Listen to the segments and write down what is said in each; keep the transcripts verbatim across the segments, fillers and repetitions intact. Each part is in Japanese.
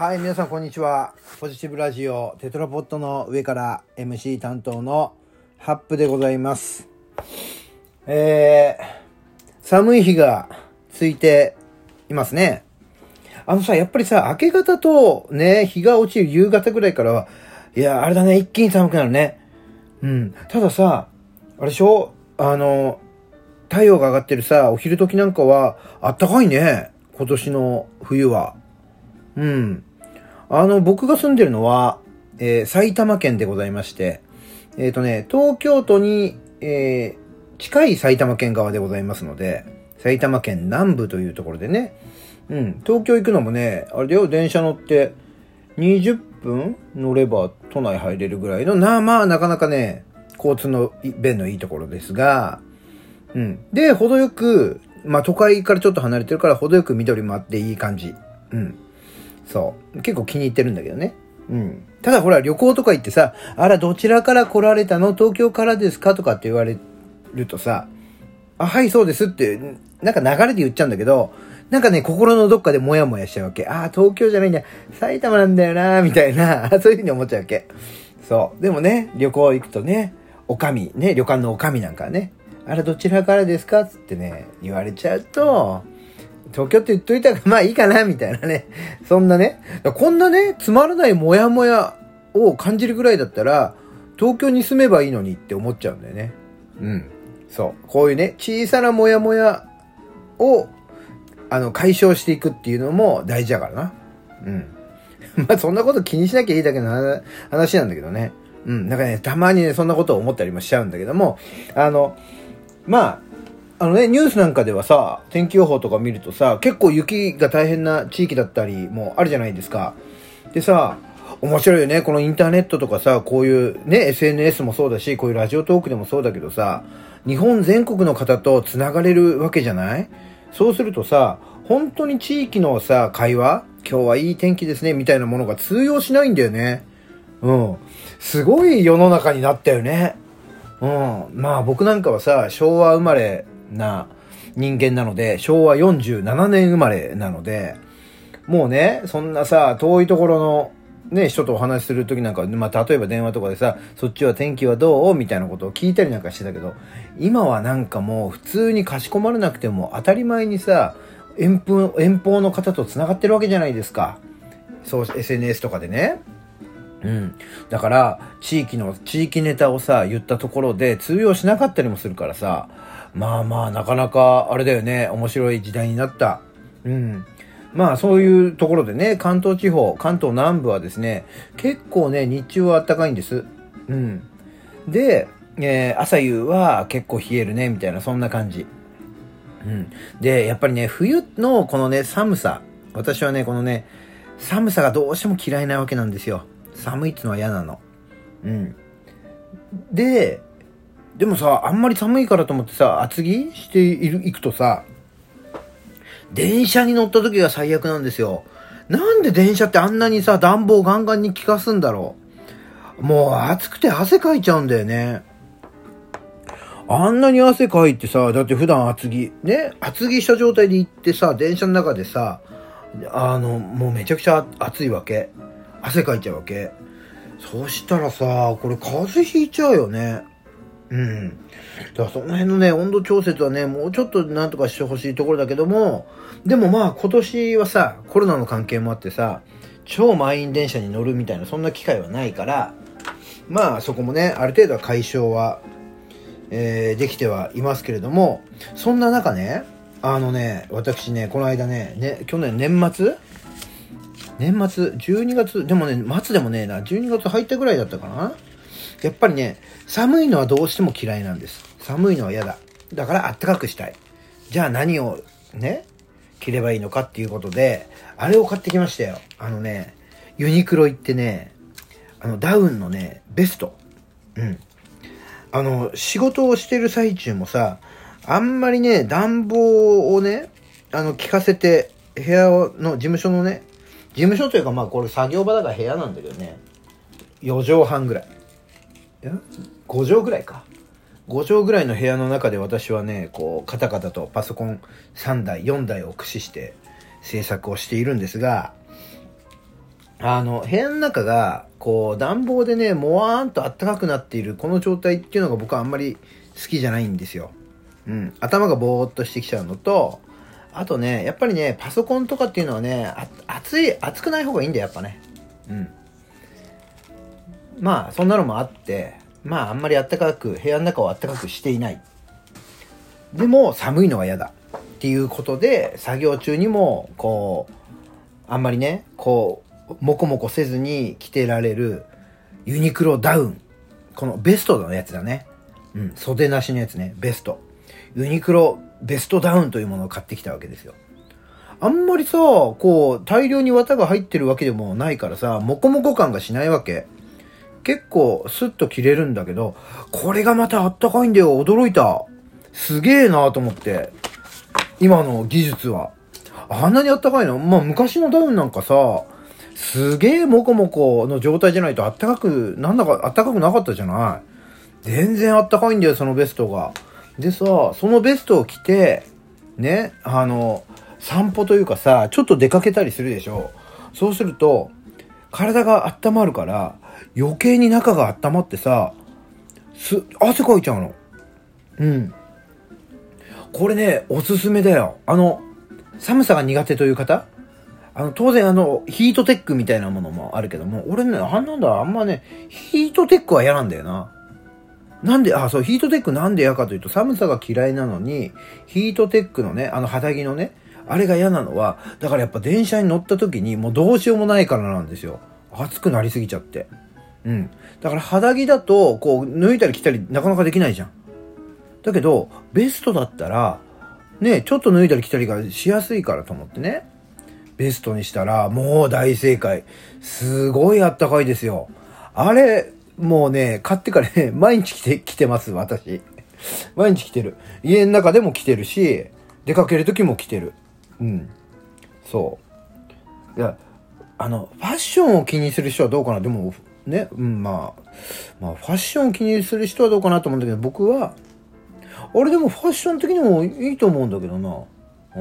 はい、皆さんこんにちは。ポジティブラジオテトラポットの上から エムシー 担当のハップでございます。えー、寒い日がついていますね。あのさ、やっぱりさ、明け方とね、日が落ちる夕方ぐらいからは、いや、あれだね、一気に寒くなるね。うん。たださ、あれでしょ？あの、太陽が上がってるさ、お昼時なんかは、あったかいね。今年の冬は。うん。あの、僕が住んでるのは、えー、埼玉県でございまして、えっとね、東京都に、えー、近い埼玉県側でございますので、埼玉県南部というところでね、うん、東京行くのもね、あれだよ、電車乗ってにじゅっぷん乗れば都内入れるぐらいの、な、まあなかなかね、交通の便のいいところですが、うん。で、程よく、まあ都会からちょっと離れてるから程よく緑もあっていい感じ。うん。そう。結構気に入ってるんだけどね。うん。ただほら、旅行とか行ってさ、あら、どちらから来られたの？東京からですか？とかって言われるとさ、あ、はい、そうですって、なんか流れで言っちゃうんだけど、なんかね、心のどっかでモヤモヤしちゃうわけ。あ、東京じゃないんだ。埼玉なんだよな、みたいな、そういう風に思っちゃうわけ。そう。でもね、旅行行くとね、おかみ、ね、旅館のおかみなんかね、あら、どちらからですか？つってね、言われちゃうと、東京って言っといたらまあいいかなみたいなね。そんなね。こんなね、つまらないモヤモヤを感じるぐらいだったら、東京に住めばいいのにって思っちゃうんだよね。うん。そう。こういうね、小さなモヤモヤを、あの、解消していくっていうのも大事だからな。うん。まあそんなこと気にしなきゃいいだけの話なんだけどね。うん。なんかね、たまにね、そんなことを思ったりもしちゃうんだけども、あの、まあ、あのね、ニュースなんかではさ、天気予報とか見るとさ、結構雪が大変な地域だったりもあるじゃないですか。でさ、面白いよね。このインターネットとかさ、こういうね、エスエヌエス もそうだし、こういうラジオトークでもそうだけどさ、日本全国の方と繋がれるわけじゃない？そうするとさ、本当に地域のさ、会話、今日はいい天気ですね、みたいなものが通用しないんだよね。うん。すごい世の中になったよね。うん。まあ僕なんかはさ、昭和生まれな人間なので、しょうわよんじゅうななねん生まれなので、もうね、そんなさ、遠いところのね、人とお話しするときなんか、まあ例えば電話とかでさ、そっちは天気はどう？みたいなことを聞いたりなんかしてたけど、今はなんかもう普通にかしこまらなくても当たり前にさ、遠方、遠方の方と繋がってるわけじゃないですか。そう、エスエヌエス とかでね。うん。だから、地域の、地域ネタをさ、言ったところで通用しなかったりもするからさ、まあまあ、なかなか、あれだよね、面白い時代になった。うん。まあ、そういうところでね、関東地方、関東南部はですね、結構ね、日中は暖かいんです。うん。で、えー、朝夕は結構冷えるね、みたいな、そんな感じ。うん。で、やっぱりね、冬のこのね、寒さ。私はね、このね、寒さがどうしても嫌いなわけなんですよ。寒いってのは嫌なの。うん。で、でもさ、あんまり寒いからと思ってさ、厚着している、行くとさ、電車に乗った時が最悪なんですよ。なんで電車ってあんなにさ、暖房ガンガンに効かすんだろう。もう暑くて汗かいちゃうんだよね。あんなに汗かいてさ、だって普段厚着、ね、厚着した状態で行ってさ、電車の中でさ、あの、もうめちゃくちゃ暑いわけ。汗かいちゃうわけ。そうしたらさ、これ風邪ひいちゃうよね。うん。だからその辺のね、温度調節はね、もうちょっとなんとかしてほしいところだけども、でもまあ今年はさ、コロナの関係もあってさ、超満員電車に乗るみたいな、そんな機会はないから、まあそこもね、ある程度は解消は、えー、できてはいますけれども、そんな中ね、あのね、私ね、この間ね、ね、去年年末年末、じゅうにがつ、でもね、末でもねえな、じゅうにがつ入ったぐらいだったかな。やっぱりね、寒いのはどうしても嫌いなんです。寒いのは嫌だ。だから暖かくしたい。じゃあ何をね、着ればいいのかっていうことで、あれを買ってきましたよ。あのね、ユニクロ行ってね、あのダウンのね、ベスト。うん。あの、仕事をしてる最中もさ、あんまりね、暖房をね、あの、効かせて、部屋の、事務所のね、事務所というかまあこれ作業場だから部屋なんだけどね、よじょうはんぐらい。いやごじょうぐらいか。ごじょうぐらいの部屋の中で私はね、こう、カタカタとパソコンさんだい、よんだいを駆使して制作をしているんですが、 あの、部屋の中が、こう、暖房でね、もわーんと暖かくなっている、この状態っていうのが僕はあんまり好きじゃないんですよ。うん。頭がぼーっとしてきちゃうのと、あとね、やっぱりね、パソコンとかっていうのはね、あ暑い、暑くない方がいいんだよ、やっぱね。うん。まあ、そんなのもあって、まあ、あんまり暖かく、部屋の中を暖かくしていない。でも、寒いのが嫌だ。っていうことで、作業中にも、こう、あんまりね、こう、もこもこせずに着てられるユニクロダウン。このベストのやつだね。うん、袖なしのやつね、ベスト。ユニクロベストダウンというものを買ってきたわけですよ。あんまりさ、こう、大量に綿が入ってるわけでもないからさ、もこもこ感がしないわけ。結構スッと着れるんだけど、これがまたあったかいんだよ。驚いた。すげえなと思って。今の技術は。あんなにあったかいの？まあ昔のダウンなんかさ、すげえモコモコの状態じゃないとあったかく、なんだかあったかくなかったじゃない。全然あったかいんだよ、そのベストが。でさ、そのベストを着て、ね、あの、散歩というかさ、ちょっと出かけたりするでしょ。そうすると、体が温まるから、余計に中が温まってさ、す、汗かいちゃうの。うん。これね、おすすめだよ。あの、寒さが苦手という方？あの、当然あの、ヒートテックみたいなものもあるけども、俺ね、あんなんだ、あんまね、ヒートテックは嫌なんだよな。なんで、あ、そう、ヒートテックなんで嫌かというと、寒さが嫌いなのに、ヒートテックのね、あの肌着のね、あれが嫌なのは、だからやっぱ電車に乗った時にもうどうしようもないからなんですよ。暑くなりすぎちゃって。うん。だから肌着だと、こう、脱いだり着たりなかなかできないじゃん。だけど、ベストだったら、ね、ちょっと脱いだり着たりがしやすいからと思ってね。ベストにしたら、もう大正解。すごいあったかいですよ。あれ、もうね、買ってからね、毎日着て、着てます、私。毎日着てる。家の中でも着てるし、出かける時も着てる。うん。そう。いや、あの、ファッションを気にする人はどうかな。でも、ね、うん、まあ、まあ、ファッションを気にする人はどうかなと思うんだけど、僕は、あれでもファッション的にもいいと思うんだけどな。うん。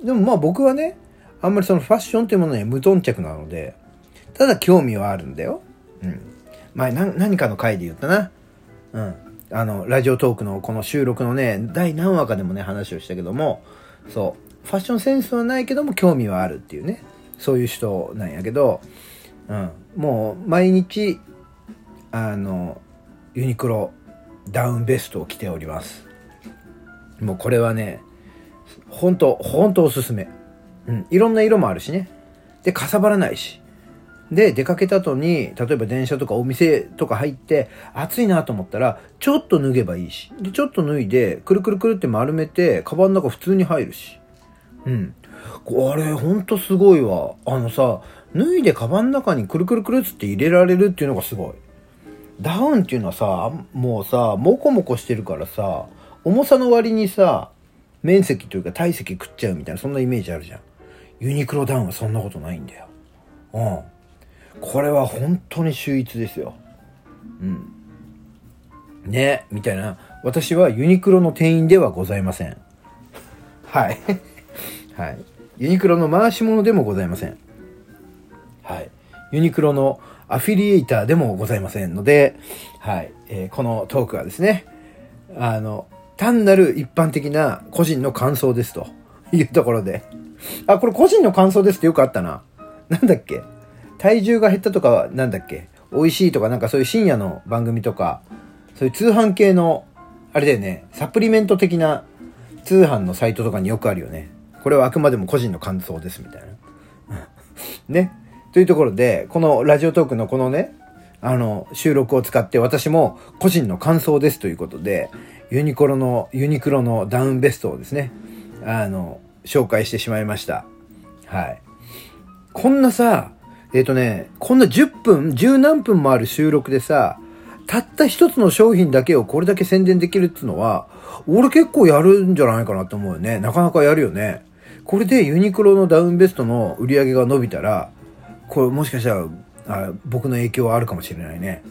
でもまあ僕はね、あんまりそのファッションっていうものには無頓着なので、ただ興味はあるんだよ。うん。前な何かの回で言ったな。うん。あの、ラジオトークのこの収録のね、第何話かでもね、話をしたけども、そう。ファッションセンスはないけども興味はあるっていうね。そういう人なんやけど、うん。もう毎日、あの、ユニクロダウンベストを着ております。もうこれはね、ほんと、ほんとおすすめ。うん。いろんな色もあるしね。で、かさばらないし。で、出かけた後に、例えば電車とかお店とか入って、暑いなと思ったら、ちょっと脱げばいいし。で、ちょっと脱いで、くるくるくるって丸めて、カバンの中普通に入るし。うん。これ、ほんとすごいわ。あのさ、脱いでカバンの中にくるくるくるって入れられるっていうのがすごい。ダウンっていうのはさ、もうさ、もこもこしてるからさ、重さの割にさ、面積というか体積食っちゃうみたいな、そんなイメージあるじゃん。ユニクロダウンはそんなことないんだよ。うん。これは本当に秀逸ですよ。うん。ね、みたいな。私はユニクロの店員ではございません。はい。はい。ユニクロの回し物でもございません。はい。ユニクロのアフィリエイターでもございませんので、はい。えー、このトークはですね、あの、単なる一般的な個人の感想ですというところで。あ、これ個人の感想ですってよくあったな。なんだっけ？体重が減ったとかなんだっけ？美味しいとかなんかそういう深夜の番組とか、そういう通販系の、あれだよね、サプリメント的な通販のサイトとかによくあるよね。これはあくまでも個人の感想ですみたいな。ね。というところで、このラジオトークのこのね、あの、収録を使って私も個人の感想ですということで、ユニクロの、ユニクロのダウンベストをですね、あの、紹介してしまいました。はい。こんなさ、えっとね、こんなじゅっぷん、じゅう何分もある収録でさ、たった一つの商品だけをこれだけ宣伝できるっていうのは、俺結構やるんじゃないかなと思うよね。なかなかやるよね。これでユニクロのダウンベストの売り上げが伸びたら、これもしかしたら、あ、僕の影響はあるかもしれないね。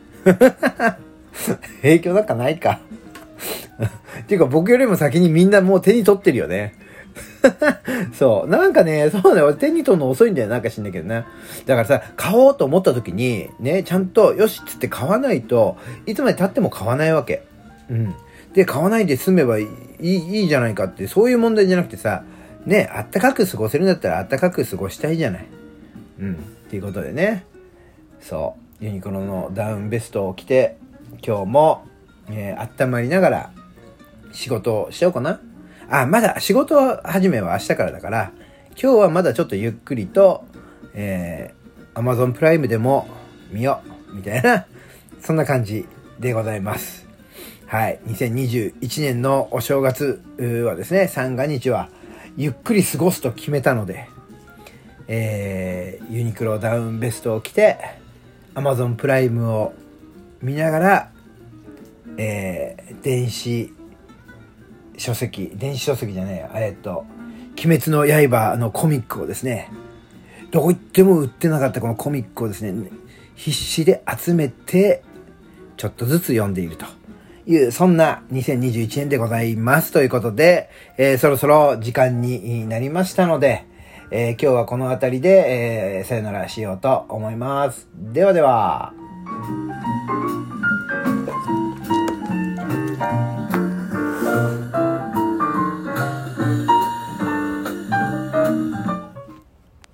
影響なんかないか。っていうか僕よりも先にみんなもう手に取ってるよね。 そう。なんかね、そうね、俺手に取るの遅いんだよ。なんか知んないけどね。だからさ、買おうと思った時に、ね、ちゃんと、よしっつって買わないと、いつまで経っても買わないわけ。うん。で、買わないで済めばいい、いいじゃないかって、そういう問題じゃなくてさ、ね、あったかく過ごせるんだったらあったかく過ごしたいじゃない。うん。っていうことでね。そう。ユニクロのダウンベストを着て、今日も、えー、温まりながら仕事をしようかな。あ、まだ仕事始めは明日からだから、今日はまだちょっとゆっくりと、えー、Amazon プライムでも見よう、みたいな、そんな感じでございます。はい。にせんにじゅういちねんのお正月はですね、三が日はゆっくり過ごすと決めたので、えー、ユニクロダウンベストを着て、Amazon プライムを見ながら、えー、電子書籍、電子書籍じゃねえ、えっと、鬼滅の刃のコミックをですね、どこ行っても売ってなかったこのコミックをですね、必死で集めて、ちょっとずつ読んでいるという、そんなにせんにじゅういちねんでございます。ということで、えー、そろそろ時間になりましたので、えー、今日はこの辺りで、えー、さよならしようと思います。ではでは。